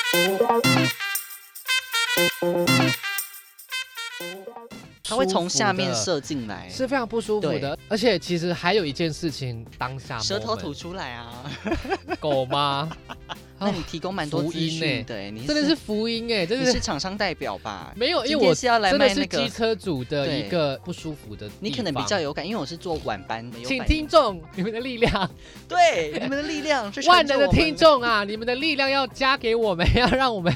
它会从下面射进来， 是非常不舒服的。而且其实还有一件事情，当下舌头吐出来啊， 狗吗？ 那你提供蛮多资讯的你真的是福音哎， 你是厂商代表吧？ 没有，因为我真的是机车主的一个不舒服的地方。 你可能比较有感，因为我是做晚班的。 请听众，你们的力量， 对，你们的力量， 万能的听众啊，你们的力量要加给我们，要让我们。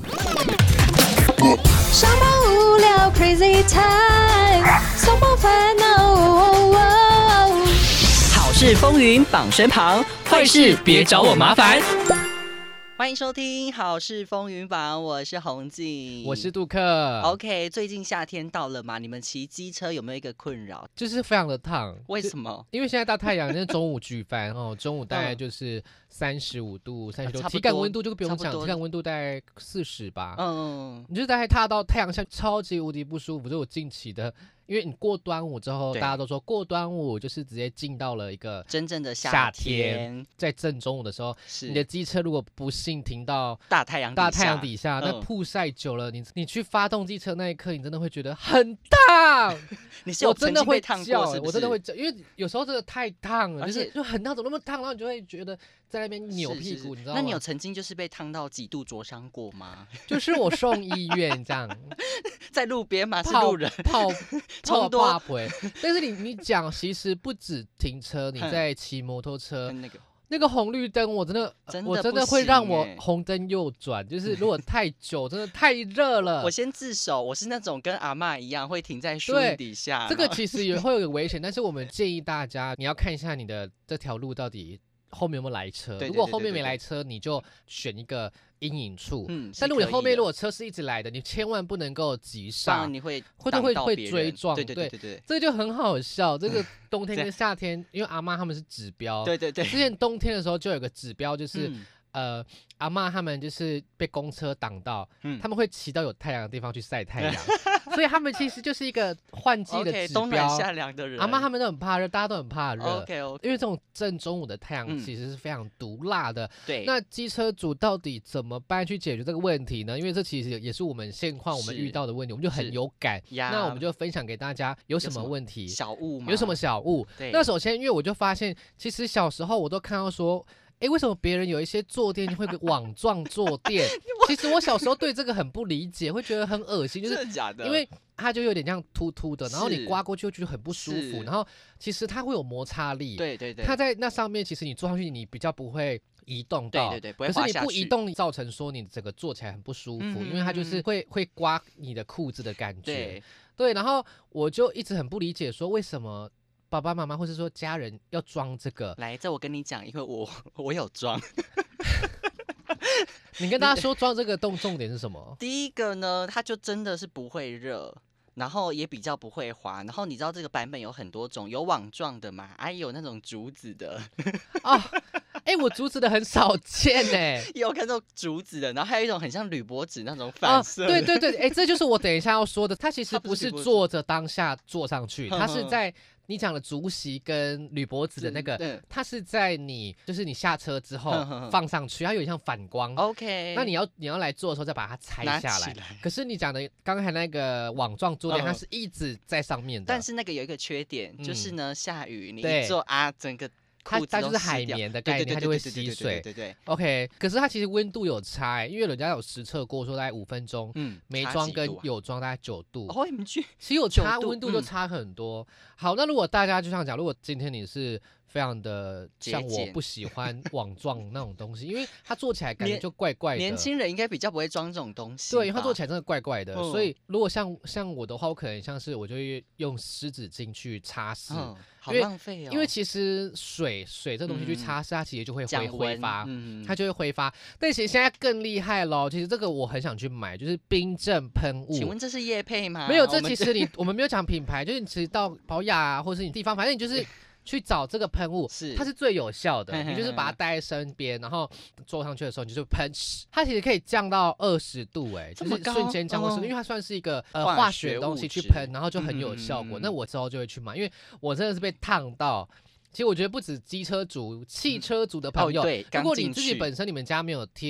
上班无聊 Crazy Time， 松绑烦恼。 好事风云榜身旁， 坏事别找我麻烦。 欢迎收听《好事风云榜》，我是洪静， 我是杜克。 OK， 最近夏天到了嘛？你们骑机车有没有一个困扰？ 就是非常的烫。 为什么？ 因为现在大太阳，现在中午举凡哦，中午大概就是35度、30度，体感温度就不用讲，体感温度大概40吧。你就是大概踏到太阳下，超级无敌不舒服。就我近期的。因为你过端午之后，大家都说过端午就是直接进到了一个真正的夏天， 在正中午的时候，你的机车如果不幸停到大太阳底下，那曝晒久了，你去发动机车那一刻，你真的会觉得很烫。 你是有曾经被烫过是不是？ 我真的会叫，因为有时候真的太烫了，就很烫，怎么那么烫？然后你就会觉得在那边扭屁股，你知道吗？ 那你有曾经就是被烫到几度灼伤过吗？ 就是我送医院这样， 在路边嘛，是路人超多。但是你讲，其实不止停车，你在骑摩托车，那个红绿灯，我真的会让我红灯右转，就是如果太久，真的太热了。 我先自首，我是那种跟阿嬷一样会停在树荫底下。 这个其实也会有个危险，但是我们建议大家，你要看一下你的这条路到底后面有没有来车。如果后面没来车，你就选一个阴影处。但如果你后面车是一直来的，你千万不能够急刹， 你会追撞。对，这个就很好笑。这个冬天跟夏天，因为阿嬷他们是指标。对。之前冬天的时候就有个指标，就是阿嬷他们就是被公车挡到，他们会骑到有太阳的地方去晒太阳，所以他们其实就是一个换季的指标。 冬暖夏凉的人， 阿嬷他们都很怕热，大家都很怕热。 因为这种正中午的太阳其实是非常毒辣的。 对， 那机车主到底怎么办去解决这个问题呢？因为这其实也是我们现况我们遇到的问题，我们就很有感。那我们就分享给大家有什么问题， 小物吗？ 有什么小物？那首先，因为我就发现，其实小时候我都看到说。为什么别人有一些坐垫会有网状坐垫？其实我小时候对这个很不理解，会觉得很恶心，就是真的假的？ 因为它就有点这样凸凸的，然后你刮过去就觉得很不舒服，然后其实它会有摩擦力。 对， 它在那上面，其实你坐上去你比较不会移动到。 对，不会滑下去。 可是你不移动，造成说你整个坐起来很不舒服，因为它就是会刮你的裤子的感觉。对，然后我就一直很不理解，说为什么。爸爸妈妈或是说家人要装这个， 来，这我跟你讲，因为我有装。 你跟大家说装这个重点是什么？ 第一个呢，它就真的是不会热，然后也比较不会滑，然后你知道这个版本有很多种，有网状的嘛，也有那种竹子的。 我竹子的很少见有看到竹子的，然后还有一种很像铝箔纸那种反射。 对，这就是我等一下要说的，它其实不是坐着当下坐上去，它是在。你讲的竹席跟铝箔纸的那个，它是在就是你下车之后放上去，它有点像反光。 OK， 那你要来做的时候再把它拆下来。可是你讲的刚才那个网状坐垫，它是一直在上面的。 但是那个有一个缺点，就是呢，下雨你一坐整个。 它就是海绵的概念，它就会吸水。 对 OK， 可是它其实温度有差，因为人家有实测过，说大概5分钟，没装跟有装大概9度。 OMG， 其实有差，温度就差很多。好，那如果大家就像讲，如果今天你是非常的像我不喜欢网状那种东西，因为它做起来感觉就怪怪的。 年轻人应该比较不会装这种东西。 对，因为它做起来真的怪怪的，所以如果像我的话，我可能像是我就会用湿纸巾去擦拭。 好浪费哦！ 因为其实水这东西去擦拭，它其实就会挥发，它就会挥发。但其实现在更厉害咯，其实这个我很想去买，就是冰镇喷雾。 请问这是业配吗？ 没有，这其实我们没有讲品牌，就是你其实到宝雅或是你地方，反正你就是去找这个喷雾，它是最有效的。你就是把它带在身边，然后坐上去的时候，你就喷，它其实可以降到20度，就是瞬间降到20度，因为它算是一个化学的东西去喷，然后就很有效果。那我之后就会去买，因为我真的是被烫到。其实我觉得不止机车族、汽车族的朋友，如果你自己本身你们家没有贴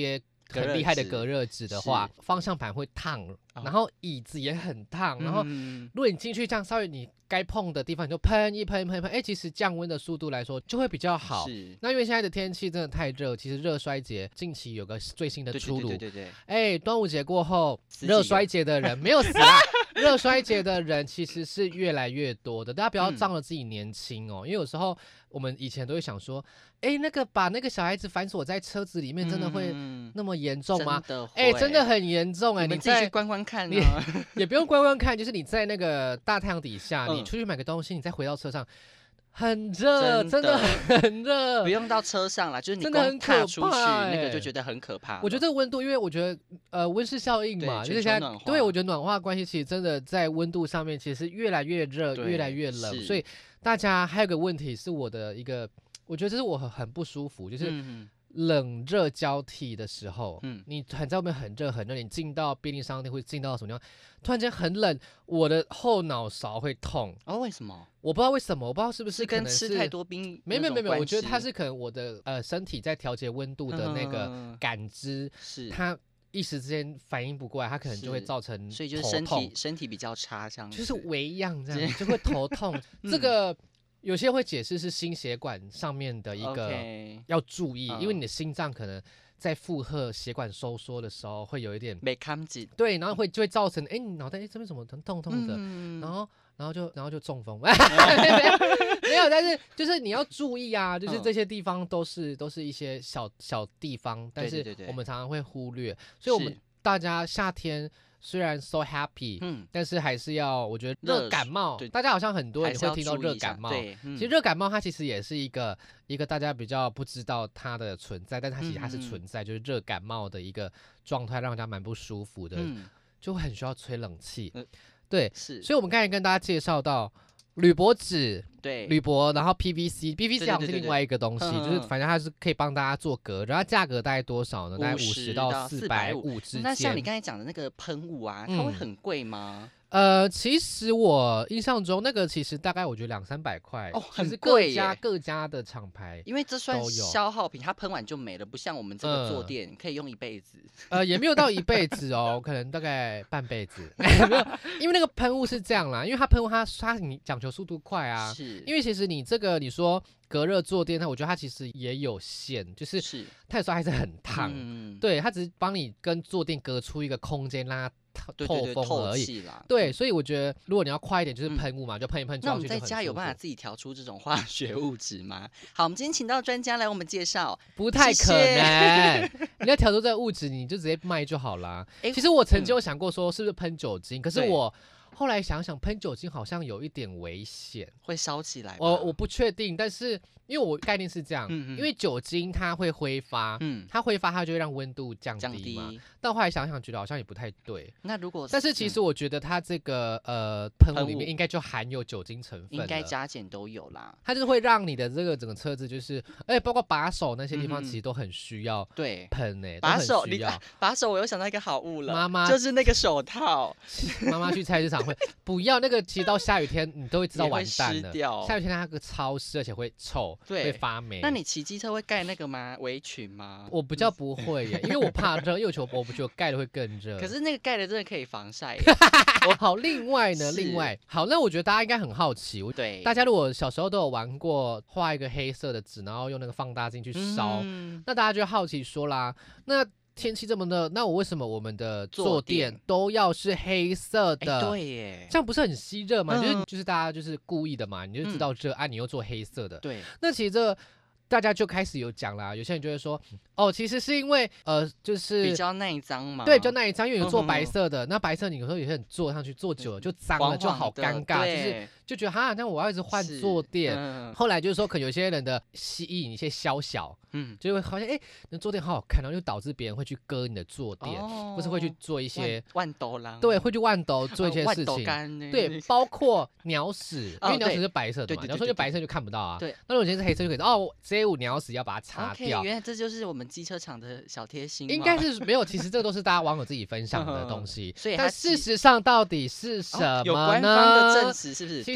很厉害的隔热纸的话，方向盘会烫，然后椅子也很烫，然后如果你进去这样稍微你该碰的地方你就喷一喷，其实降温的速度来说就会比较好。那因为现在的天气真的太热，其实热衰竭近期有个最新的出炉，端午节过后，热衰竭的人没有死啦，热衰竭的人其实是越来越多的，大家不要仗着自己年轻哦，因为有时候我们以前都会想说，那个把那个小孩子反锁在车子里面，真的会那么严重吗？真的很严重你自己去观观看， 你也不用观观看，就是你在那个大太阳底下，你出去买个东西，你再回到车上。很热，真的很热， 不用到车上啦，就是你光踏出去那个就觉得很可怕。 我觉得这个温度，因为我觉得温室效应嘛，就是现在对我觉得暖化关系，其实真的在温度上面其实是越来越热，越来越冷。所以大家还有个问题是我的一个，我觉得这是我很不舒服，就是冷热交替的时候，你在外面很热，你进到便利商店会进到什么地方，突然间很冷，我的后脑勺会痛。 为什么？ 我不知道为什么，我不知道是不是跟吃太多冰？ 没有，我觉得它是可能我的身体在调节温度的那个感知，它一时之间反应不过来，它可能就会造成头痛， 所以就是身体比较差，这样就是微恙这样就会头痛。这个。有些会解释是心血管上面的一个要注意，因为你的心脏可能在负荷血管收缩的时候会有一点没看紧， 对，然后就会造成你脑袋这边怎么痛的，然后就中风，没有，但是就是你要注意啊，就是这些地方都是一些小地方，但是我们常常会忽略，所以我们大家夏天。虽然 so happy，但是还是要，我觉得热感冒，大家好像很多人会听到热感冒，其实热感冒它其实也是一个大家比较不知道它的存在，但是它其实它是存在，就是热感冒的一个状态，让人家蛮不舒服的，就会很需要吹冷气，对，所以我们刚才跟大家介绍到。铝箔纸， 对， 铝箔，然后 PVC 好像是另外一个东西，就是反正它是可以帮大家做隔热，它价格大概多少呢？大概50到450之间。 那像你刚才讲的那个喷雾啊，它会很贵吗？ 其实我印象中那个其实大概我觉得200-300块， 很贵耶。 各家的厂牌， 因为这算消耗品，它喷完就没了，不像我们这个坐垫可以用一辈子。 也没有到一辈子哦，可能大概半辈子。没有，因为那个喷雾是这样啦，因为它喷雾它你讲求速度快啊，因为其实你这个你说隔热坐垫，我觉得它其实也有限，就是它有时候还是很烫，对，它只是帮你跟坐垫隔出一个空间，让它透风而已，对，所以我觉得如果你要快一点，就是喷雾嘛，就喷一喷。 那我们在家有办法自己调出这种化学物质吗？好，我们今天请到专家来我们介绍， 不太可能。你要调出这个物质，你就直接卖就好啦。其实我曾经有想过说，是不是喷酒精？可是我后来想想，喷酒精好像有一点危险， 会烧起来。 我不确定，但是因为我概念是这样，因为酒精它会挥发，它挥发它就会让温度降低嘛。但后来想想，觉得好像也不太对。 那如果但是其实我觉得它这个喷雾里面应该就含有酒精成分， 应该加减都有啦。 它就是会让你的这个整个车子就是，包括把手那些地方其实都很需要喷把手我又想到一个好物了，妈妈就是那个手套。 妈妈去菜市场会不要那个，其实到下雨天你都会知道完蛋了。下雨天它那个超湿，而且会臭，会发霉。 那你骑机车会盖那个吗？围裙吗？ 我比较不会耶，因为我怕热，因为我觉得盖的会更热。 可是那个盖的真的可以防晒耶。 好，另外好，那我觉得大家应该很好奇， 对， 大家如果小时候都有玩过画一个黑色的纸，然后用那个放大镜去烧，那大家就好奇说啦，那天气这么热，那为什么我们的坐垫都要是黑色的？ 对耶， 这样不是很吸热吗？就是大家就是故意的嘛，你就知道热，你又做黑色的。 对， 那其实这大家就开始有讲啦，有些人就会说，其实是因为就是比较耐脏嘛， 对，比较耐脏，因为有做白色的，那白色你有时候有些人坐上去坐久了就脏了，就好尴尬，就觉得那我要一直换坐垫。后来就是说，可能有些人的吸引一些宵小，就会好像你的坐垫好好看，然后就导致别人会去割你的坐垫，或是会去做一些万斗啦， 对，会去万斗做一些事情，对，包括鸟屎，因为鸟屎是白色的嘛，鸟屎就白色就看不到啊。对，那如果今天是黑色就可以这股鸟屎要把它擦掉。 原来这就是我们机车厂的小贴心。 应该是没有，其实这都是大家网友自己分享的东西。但事实上到底是什么呢？ 有官方的证实是不是？ 其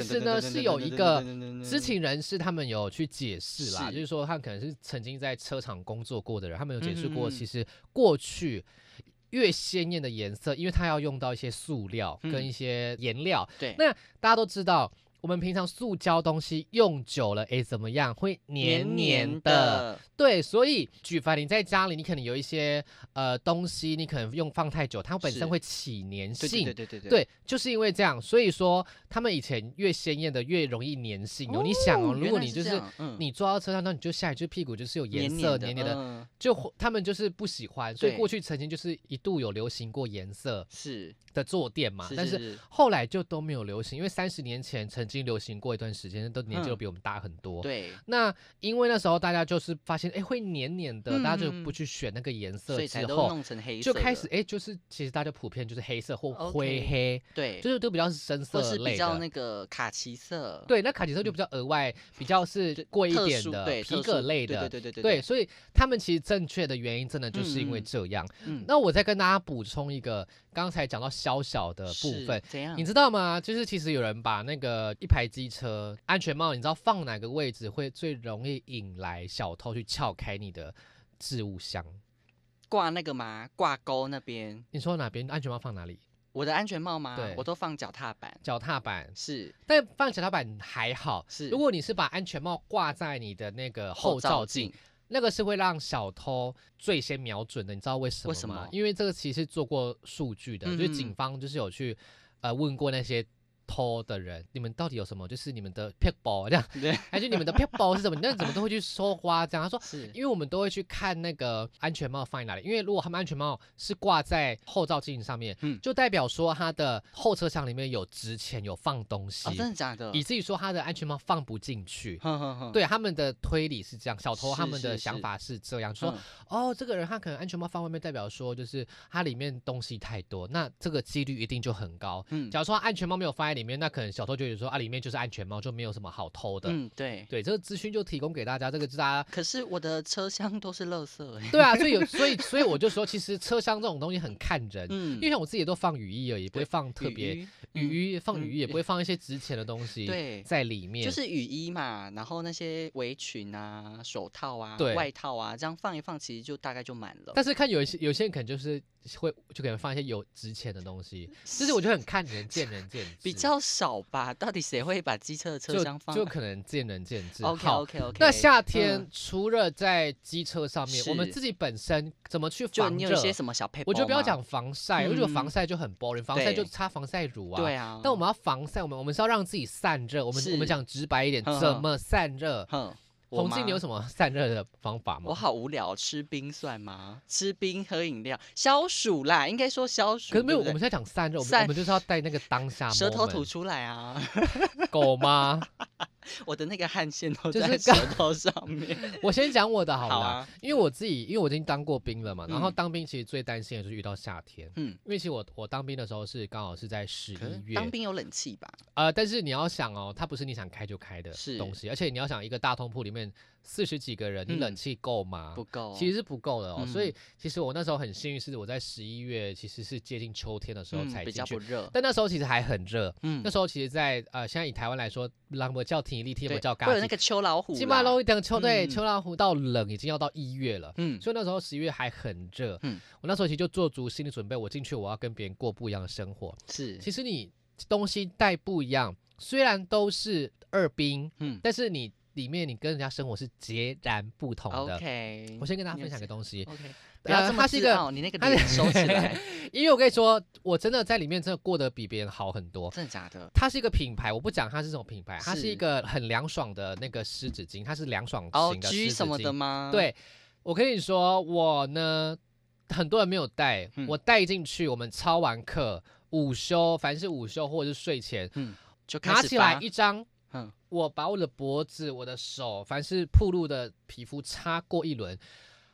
实呢是有一个知情人士，他们有去解释啦，就是说他可能是曾经在车厂工作过的人，他们有解释过，其实过去越鲜艳的颜色，因为它要用到一些塑料跟一些颜料。对，那大家都知道。我们平常塑胶东西用久了，怎么样？会黏黏的。对，所以举凡你在家里，你可能有一些东西，你可能放太久，它本身会起粘性。对，就是因为这样，所以说他们以前越鲜艳的越容易粘性哦。你想哦，如果你就是你坐到车上，那你就下来就屁股就是有颜色黏黏的，就他们就是不喜欢，所以过去曾经就是一度有流行过颜色的坐垫嘛，但是后来就都没有流行，因为30年前曾经流行过一段时间，都年纪都比我们大很多。对，那因为那时候大家就是发现，会黏黏的，大家就不去选那个颜色，之后，所以才都弄成黑色， 就开始就是其实大家普遍就是黑色或灰黑，对，就是都比较是深色类的， 或是比较那个卡其色。 对，那卡其色就比较额外，比较是贵一点的皮革类的，对，所以他们其实正确的原因真的就是因为这样。那我再跟大家补充一个，刚才讲到小小的部分，你知道吗？就是其实有人把那个一排机车安全帽，你知道放哪个位置会最容易引来小偷去撬开你的置物箱？ 挂那个吗？挂钩那边？ 你说哪边？安全帽放哪里？ 我的安全帽吗？对，我都放脚踏板。 脚踏板是， 但放脚踏板还好。是，如果你是把安全帽挂在你的那个后照镜，那个是会让小偷最先瞄准的。你知道为什么吗？为什么？因为这个其实做过数据的，就是警方就是有去问过那些偷的人，你们到底有什么？就是你们的撇包这样，还是你们的撇包是什么？那怎么都会去收花这样？他说，因为我们都会去看那个安全帽放在哪里，因为如果他们安全帽是挂在后照镜上面，就代表说他的后车厢里面有值钱，有放东西。 真的假的？ 以至于说他的安全帽放不进去。对，他们的推理是这样，小偷他们的想法是这样，说这个人他可能安全帽放外面，代表说就是他里面东西太多，那这个几率一定就很高。假如说他安全帽没有放在里面，那可能小偷就觉得说里面就是安全帽，就没有什么好偷的。对，这个资讯就提供给大家，这个是大家。 可是我的车厢都是垃圾。 对啊，所以我就说，其实车厢这种东西很看人。因为像我自己也都放雨衣而已，不会放特别雨衣，放雨衣也不会放一些值钱的东西在里面。 就是雨衣嘛，然后那些围裙啊、手套啊、外套啊，这样放一放，其实就大概就满了。 但是看有些人可能就是就可能放一些有值钱的东西，就是我觉得很看人，见仁见智， 比较少吧。到底谁会把机车的车厢放？ 就可能见仁见智。 OK。 那夏天除了在机车上面，我们自己本身怎么去防热？ 你有一些什么小配包吗？ 我就不要讲防晒，我觉得防晒就很 boring， 防晒就擦防晒乳啊。对啊。但我们要防晒，我们是要让自己散热。我们讲直白一点，怎么散热？洪金，你有什么散热的方法吗？ 我好无聊，吃冰算吗？吃冰喝饮料消暑啦，应该说消暑。 可是没有，我们现在讲散热，我们就是要带那个当下 moment， 舌頭吐出来啊！ 狗吗？ 我的那个汗腺都在舌头上面。 我先讲我的好了，因为我已经当过兵了嘛，然后当兵其实最担心的就是遇到夏天，因为其实我当兵的时候是刚好是在11月。 当兵有冷气吧？ 但是你要想哦，它不是你想开就开的东西，而且你要想一个大通铺里面40几个人，你冷气够吗？ 不够， 其实是不够的哦。所以其实我那时候很幸运，是我在11月其实是接近秋天的时候才进去， 比较不热。 但那时候其实还很热。那时候其实在现在以台湾来说，人不叫体力，天不叫嘎。 会有那个秋老虎， 起码等秋老虎到冷已经要到1月了。所以那时候11月还很热。我那时候其实就做足心理准备，我进去我要跟别人过不一样的生活。是，其实你东西带不一样，虽然都是二兵，但是你里面你跟人家生活是截然不同的。我先跟大家分享个东西。 不要这么自傲，你那个脸收起来。 因为我跟你说，我真的在里面真的过得比别人好很多。 真的假的？ 它是一个品牌，我不讲它是什么品牌，它是一个很凉爽的那个湿纸巾，它是凉爽型的湿纸巾。 什么的吗？ 对，我跟你说，我呢很多人没有带，我带进去，我们操完课、午休，凡是午休或者是睡前， 就拿起来一张。我把我的脖子、我的手，凡是暴露的皮肤擦过一轮。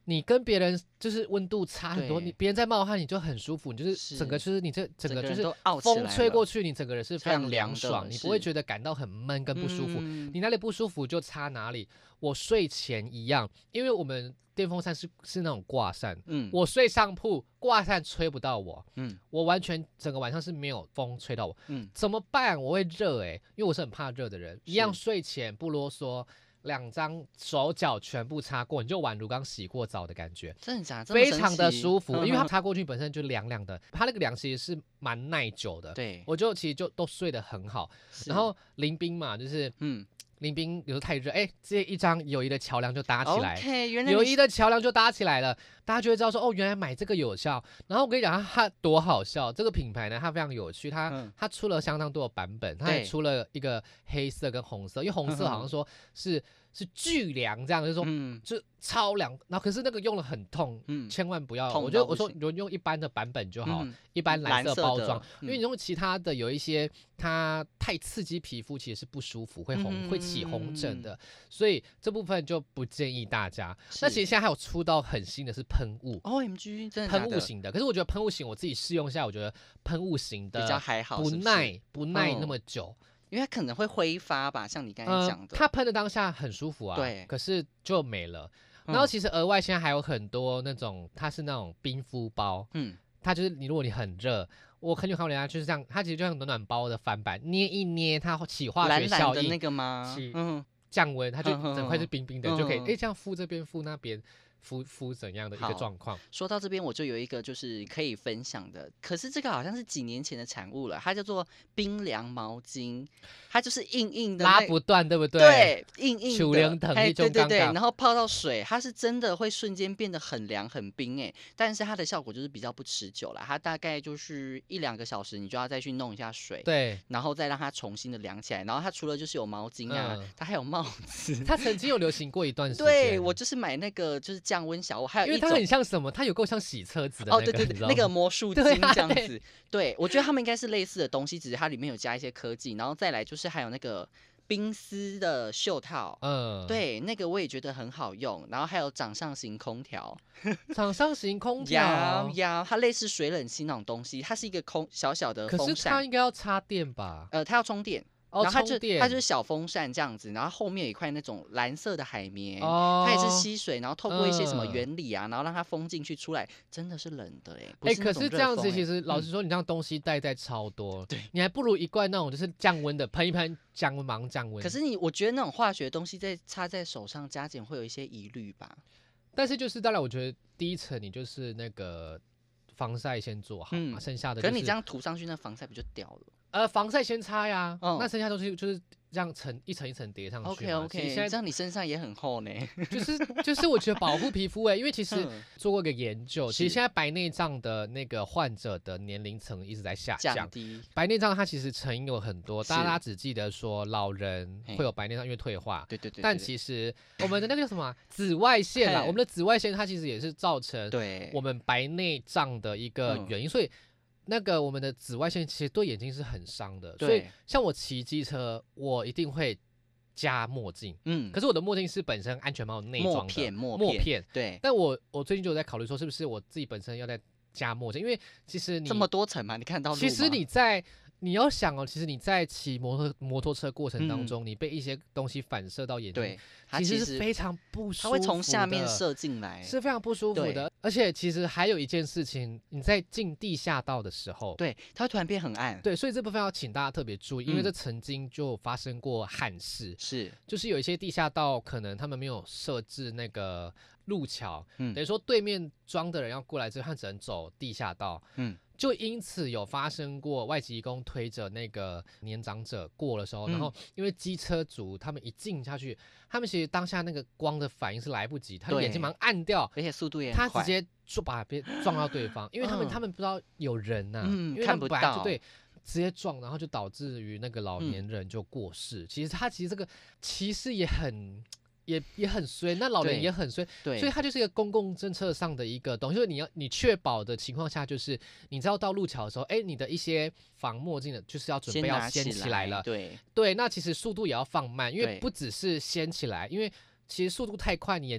你跟别人就是温度差很多，你别人在冒汗，你就很舒服，你就是整个就是你这整个就是风吹过去，你整个人是非常凉爽，你不会觉得感到很闷跟不舒服。你哪里不舒服就擦哪里。我睡前一样，因为我们电风扇是那种挂扇，我睡上铺，挂扇吹不到我，我完全整个晚上是没有风吹到我，怎么办？我会热因为我是很怕热的人，一样睡前不啰嗦。2张手脚全部擦过，你就宛如刚洗过澡的感觉， 真的假的？ 非常的舒服，因为它擦过去本身就凉凉的，它那个凉其实是蛮耐久的。 对， 我就其实就都睡得很好。然后淋冰嘛，就是淋冰有时候太热，这一张友谊的桥梁就搭起来，友谊的桥梁就搭起来了，大家就会知道说，原来买这个有效。然后我跟你讲，它多好笑，这个品牌呢，它非常有趣，它出了相当多的版本，它也出了一个黑色跟红色，因为红色好像说是巨凉这样，就是说就超凉，然后可是那个用了很痛，千万不要，我说用一般的版本就好，一般蓝色包装，因为你用其他的有一些它太刺激皮肤，其实是不舒服，会起红疹的，所以这部分就不建议大家。那其实现在还有出到很新的是喷雾 ，OMG， 真的喷雾型的，可是我觉得喷雾型我自己试用下，我觉得喷雾型的比较还好， 不耐那么久。 因为它可能会挥发吧，像你刚才讲的， 它喷的当下很舒服啊，对，可是就没了。然后其实额外现在还有很多那种，它是那种冰敷包，它就是如果你很热，我很久看过人家就是这样，它其实就像暖暖包的翻版，捏一捏它起化学效应，蓝的那个吗？ 降温，它就整块是冰冰的，就可以这样敷这边敷那边。敷怎样的一个状况？ 说到这边，我就有一个就是可以分享的，可是这个好像是几年前的产物了，它叫做冰凉毛巾，它就是硬硬的， 拉不断，对不对？ 对，硬硬的， 对， 然后泡到水，它是真的会瞬间变得很凉很冰但是它的效果就是比较不持久啦，它大概就是1-2个小时，你就要再去弄一下水， 对， 然后再让它重新的凉起来，然后它除了就是有毛巾啊，它还有帽子， 它曾经有流行过一段时间， 对我就是买那个就是降温小物，还有因为它很像什么，它有够像洗车子的对，那个魔术巾这样子。对，我觉得他们应该是类似的东西，只是它里面有加一些科技，然后再来就是还有那个冰丝的袖套，对，那个我也觉得很好用。然后还有掌上型空调， 掌上型空调， 它类似水冷气那种东西，它是一个小小的风扇， 可是它应该要插电吧？ 它要充电。然后它就是小风扇这样子，然后后面有一块那种蓝色的海绵，它也是吸水，然后透过一些什么原理啊，然后让它封进去出来，真的是冷的可是这样子其实老实说，你这样东西带超多，对，你还不如一罐那种就是降温的，喷一喷降温马上降温。 可是我觉得那种化学东西插在手上加减会有一些疑虑吧。 但是就是当然，我觉得第一层你就是那个防晒先做好，剩下的可是你这样涂上去，那防晒不就掉了？ 防晒先擦呀，那剩下东西就是这样一层一层叠上去。 OK， 现在这样你身上也很厚呢。 就是我觉得保护皮肤因为其实做过一个研究，其实现在白内障的那个患者的年龄层一直在下降。白内障它其实成因有很多，大家只记得说老人会有白内障因为退化， 对， 但其实我们的那个叫什么紫外线啦，我们的紫外线它其实也是造成我们白内障的一个原因，所以。那个我们的紫外线其实对眼睛是很伤的，所以像我骑机车，我一定会加墨镜。可是我的墨镜是本身安全帽内装的墨片， 对。 但我最近就有在考虑说，是不是我自己本身要再加墨镜，因为其实你这么多层嘛，你看到路吗？ 其实你要想其实你在骑摩托车过程当中，你被一些东西反射到眼睛，其实是非常不舒服的，它会从下面射进来， 是非常不舒服的。而且其实还有一件事情，你在进地下道的时候， 对，它会突然变很暗， 对，所以这部分要请大家特别注意，因为这曾经就发生过憾事，就是有一些地下道可能他们没有设置那个路桥，等于说对面装的人要过来之后，他只能走地下道，就因此有发生过外籍移工推着那个年长者过的时候，然后因为机车族他们一进下去，他们其实当下那个光的反应是来不及，他的眼睛马上暗掉， 而且速度也很快， 他直接就把别撞到对方，因为他们不知道有人呐，因为看不到， 对，直接撞，然后就导致于那个老年人就过世。其实这个其实也很。也很衰，那老人也很衰，所以它就是一个公共政策上的一个东西，就是你确保的情况下，就是你知道到路桥的时候，你的一些防墨镜的，就是要准备要掀起来了，对，那其实速度也要放慢，因为不只是掀起来，因为其实速度太快，你眼睛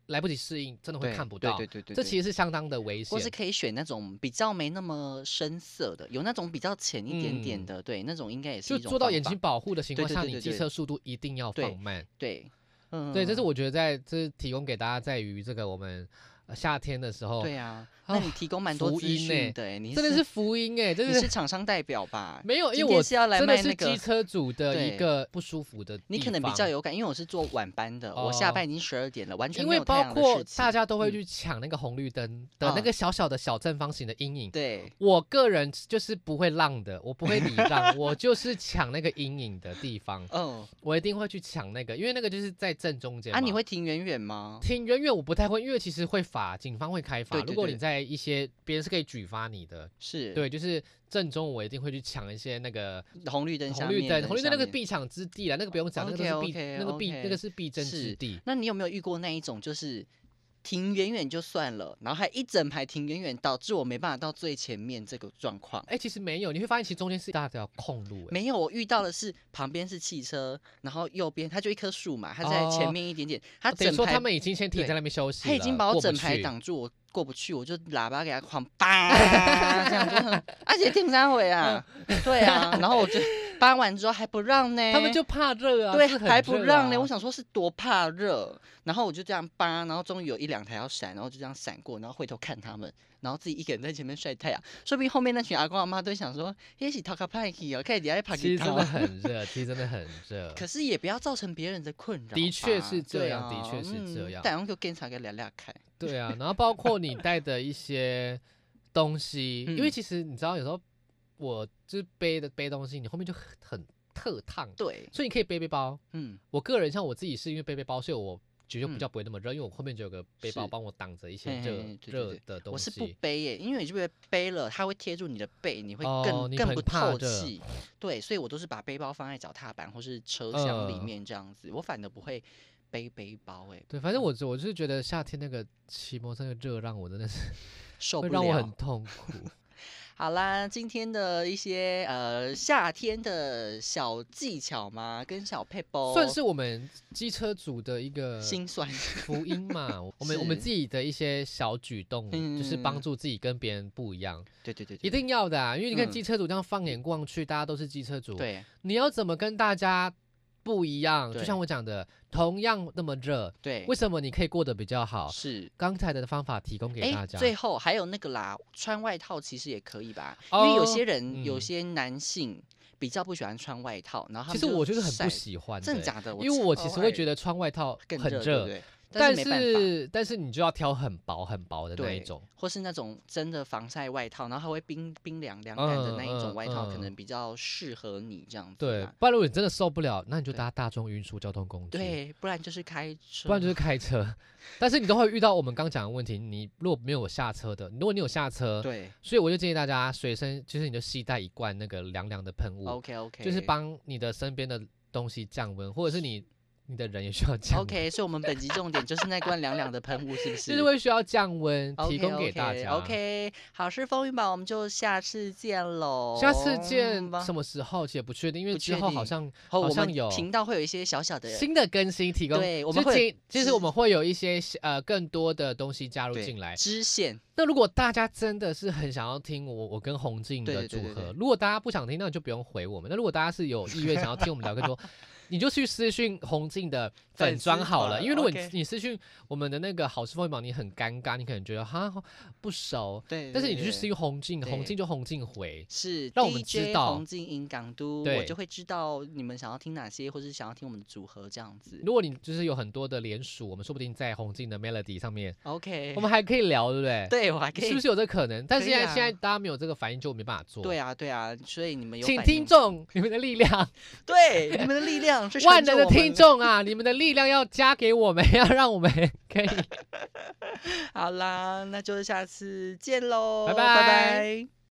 来不及适应，真的会看不到。 对， 这其实是相当的危险。 或是可以选那种比较没那么深色的，有那种比较浅一点点的，对，那种应该也是一种就做到眼睛保护的情况下， 对你机车速度一定要放慢。 对， 对，这是我觉得这提供给大家在于这个我们夏天的时候。 对啊。那你提供蛮多资讯的，你真的是福音哎！ 你是厂商代表吧？ 没有，因为我真的是机车组的一个不舒服的地方。 你可能比较有感，因为我是做晚班的，我下班已经12点了，完全没有太阳的事情。因为包括大家都会去抢那个红绿灯的那个小小的小正方形的阴影。 对， 我个人就是不会让的，我不会礼让，我就是抢那个阴影的地方。我一定会去抢那个，因为那个就是在正中间。 你会停远远吗？ 停远远我不太会，因为其实会罚，警方会开罚。如果你在一些别人是可以举发你的， 是对，就是正中我一定会去抢一些那个红绿灯那个避场之地啦，那个不用讲，那个是避震之地。 那你有没有遇过那一种就是停远远就算了，然后还一整排停远远，导致我没办法到最前面这个状况？ 其实没有，你会发现其实中间是大条空路。 没有，我遇到的是旁边是汽车，然后右边它就一棵树嘛，它在前面一点点，它整排说他们已经先停在那边休息了， 他已经把我整排挡住，我过不去，我就喇叭给他狂叭，这样子，而且停3回啊，对啊，然后我就扒完之后还不让呢， 他们就怕热啊， 对，还不让呢，我想说是多怕热，然后我就这样扒，然后终于有1-2台要闪，然后就这样闪过，然后回头看他们，然后自己一个人在前面晒太阳，说不定后面那群阿公阿妈都想说，也是讨个派去哦，看底下爬其实真的很热，其实真的很热， 可是也不要造成别人的困扰， 的确是这样，的确是这样， 但我就跟他给俩开。 对啊，然后包括你带的一些东西，因为其实你知道，有时候我就是背东西，你后面就很特烫， 对， 所以你可以背背包。我个人像我自己是因为背背包，所以我觉得比较不会那么热，因为我后面就有个背包帮我挡着一些热的东西。 我是不背耶，因为你就背了，它会贴住你的背，你会更不透气。对，所以我都是把背包放在脚踏板或是车厢里面这样子，我反而不会背包对，反正我就是觉得夏天那个骑摩托车的热让我真的是受不了， 会让我很痛苦。 好啦，今天的一些夏天的小技巧嘛，跟小撇步， 算是我们机车组的一个心酸福音嘛。我们自己的一些小举动，就是帮助自己跟别人不一样。 对， 一定要的啊，因为你看机车组这样放眼望去，大家都是机车组， 对， 你要怎么跟大家不一样？就像我讲的，同样那么热， 对， 为什么你可以过得比较好？ 是刚才的方法提供给大家。 最后还有那个啦，穿外套其实也可以吧，因为有些人，有些男性比较不喜欢穿外套，然后其实我就是很不喜欢， 真的假的？ 因为我其实会觉得穿外套很热。但是你就要挑很薄的那一种， 或是那种真的防晒外套，然后它会冰凉感的那一种外套，可能比较适合你这样子。 对，不然如果你真的受不了，那你就搭大众运输交通工具。 对，不然就是开车。但是你都会遇到我们刚讲的问题，你如果没有下车的，如果你有下车， 对， 所以我就建议大家随身就是你就携带一罐那个凉的喷雾 ，OK， 就是帮你的身边的东西降温，或者是你的人也需要降温。 OK， 所以我们本集重点就是那罐凉的喷雾，是不是？ 就是会需要降温，提供给大家。 OK， 好事风云榜，我们就下次见喽。 下次见什么时候？其实不确定，因为之后好像有频道会有一些小小的新的更新提供。 对，我们会其实我们会有一些更多的东西加入进来。 支线。 那如果大家真的是很想要听我跟洪静的组合，如果大家不想听，那你就不用回我们。那如果大家是有意愿想要听我们聊更多。你就去私讯洪静的粉专好了，因为如果你私讯我们的那个好事风云榜，你很尴尬，你可能觉得哈不熟， 对， 但是你去私讯洪静，洪静就洪静回， 是让我们知道洪静in港都，我就会知道你们想要听哪些，或是想要听我们的组合这样子。 如果你就是有很多的连署，我们说不定在洪静的 Melody 上面 ，OK， 我们还可以聊，对不对？ 对，我还可以， 是不是有这可能？但是现在大家没有这个反应，就没办法做。 对啊，所以你们有请听众你们的力量， 对，你们的力量是万能的听众啊，你们的力量要加给我们，要让我们可以。 好啦，那就下次见喽， 拜拜。